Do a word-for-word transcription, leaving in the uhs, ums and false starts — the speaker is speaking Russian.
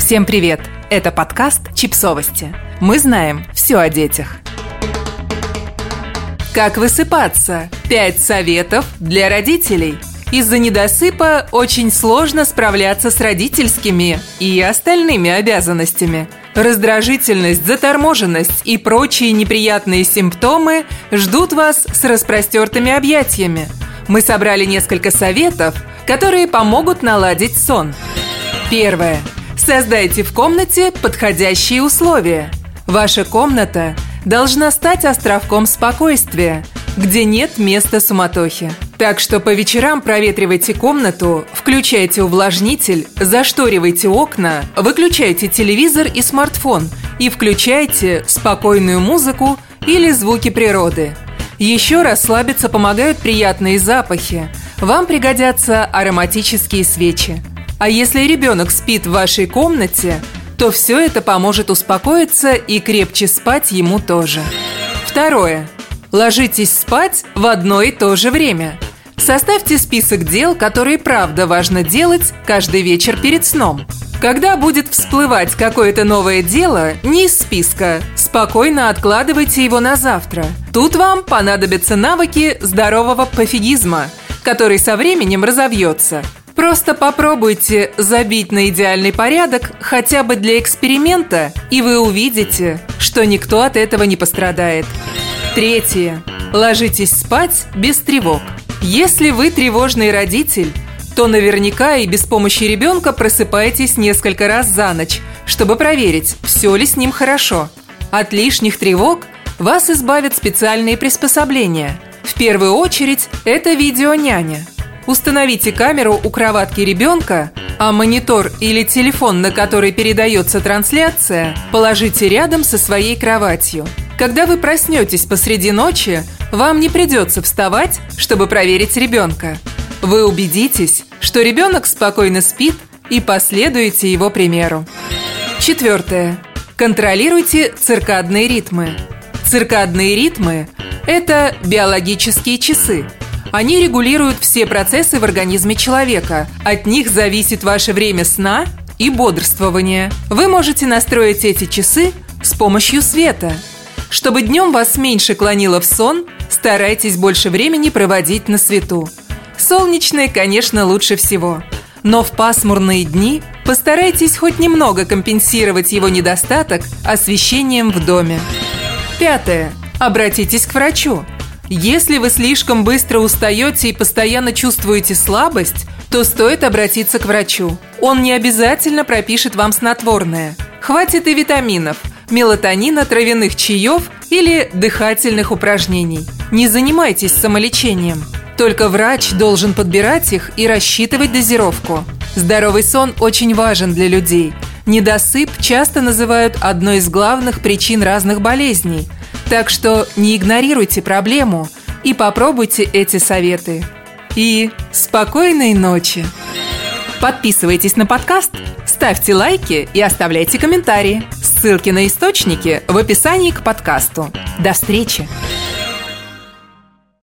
Всем привет! Это подкаст «Чипсовости». Мы знаем все о детях. Как высыпаться? Пять советов для родителей. Из-за недосыпа очень сложно справляться с родительскими и остальными обязанностями. Раздражительность, заторможенность и прочие неприятные симптомы ждут вас с распростертыми объятиями. Мы собрали несколько советов, которые помогут наладить сон. Первое. Создайте в комнате подходящие условия. Ваша комната должна стать островком спокойствия, где нет места суматохи. Так что по вечерам проветривайте комнату, включайте увлажнитель, зашторивайте окна, выключайте телевизор и смартфон и включайте спокойную музыку или звуки природы. Еще расслабиться помогают приятные запахи. Вам пригодятся ароматические свечи. А если ребенок спит в вашей комнате, то все это поможет успокоиться и крепче спать ему тоже. Второе. Ложитесь спать в одно и то же время. Составьте список дел, которые правда важно делать каждый вечер перед сном. Когда будет всплывать какое-то новое дело, не из списка, спокойно откладывайте его на завтра. Тут вам понадобятся навыки здорового пофигизма, который со временем разовьется. Просто попробуйте забить на идеальный порядок хотя бы для эксперимента, и вы увидите, что никто от этого не пострадает. Третье. Ложитесь спать без тревог. Если вы тревожный родитель, то наверняка и без помощи ребенка просыпаетесь несколько раз за ночь, чтобы проверить, все ли с ним хорошо. От лишних тревог вас избавят специальные приспособления. В первую очередь, это видеоняня. Установите камеру у кроватки ребенка, а монитор или телефон, на который передается трансляция, положите рядом со своей кроватью. Когда вы проснетесь посреди ночи, вам не придется вставать, чтобы проверить ребенка. Вы убедитесь, что ребенок спокойно спит, и последуете его примеру. Четвертое. Контролируйте циркадные ритмы. Циркадные ритмы – это биологические часы. Они регулируют все процессы в организме человека. От них зависит ваше время сна и бодрствования. Вы можете настроить эти часы с помощью света. Чтобы днем вас меньше клонило в сон, старайтесь больше времени проводить на свету. Солнечные, конечно, лучше всего. Но в пасмурные дни постарайтесь хоть немного компенсировать его недостаток освещением в доме. Пятое. Обратитесь к врачу. Если вы слишком быстро устаете и постоянно чувствуете слабость, то стоит обратиться к врачу. Он не обязательно пропишет вам снотворное. Хватит и витаминов, мелатонина, травяных чаев или дыхательных упражнений. Не занимайтесь самолечением. Только врач должен подбирать их и рассчитывать дозировку. Здоровый сон очень важен для людей. Недосып часто называют одной из главных причин разных болезней. Так что не игнорируйте проблему и попробуйте эти советы. И спокойной ночи! Подписывайтесь на подкаст, ставьте лайки и оставляйте комментарии. Ссылки на источники в описании к подкасту. До встречи!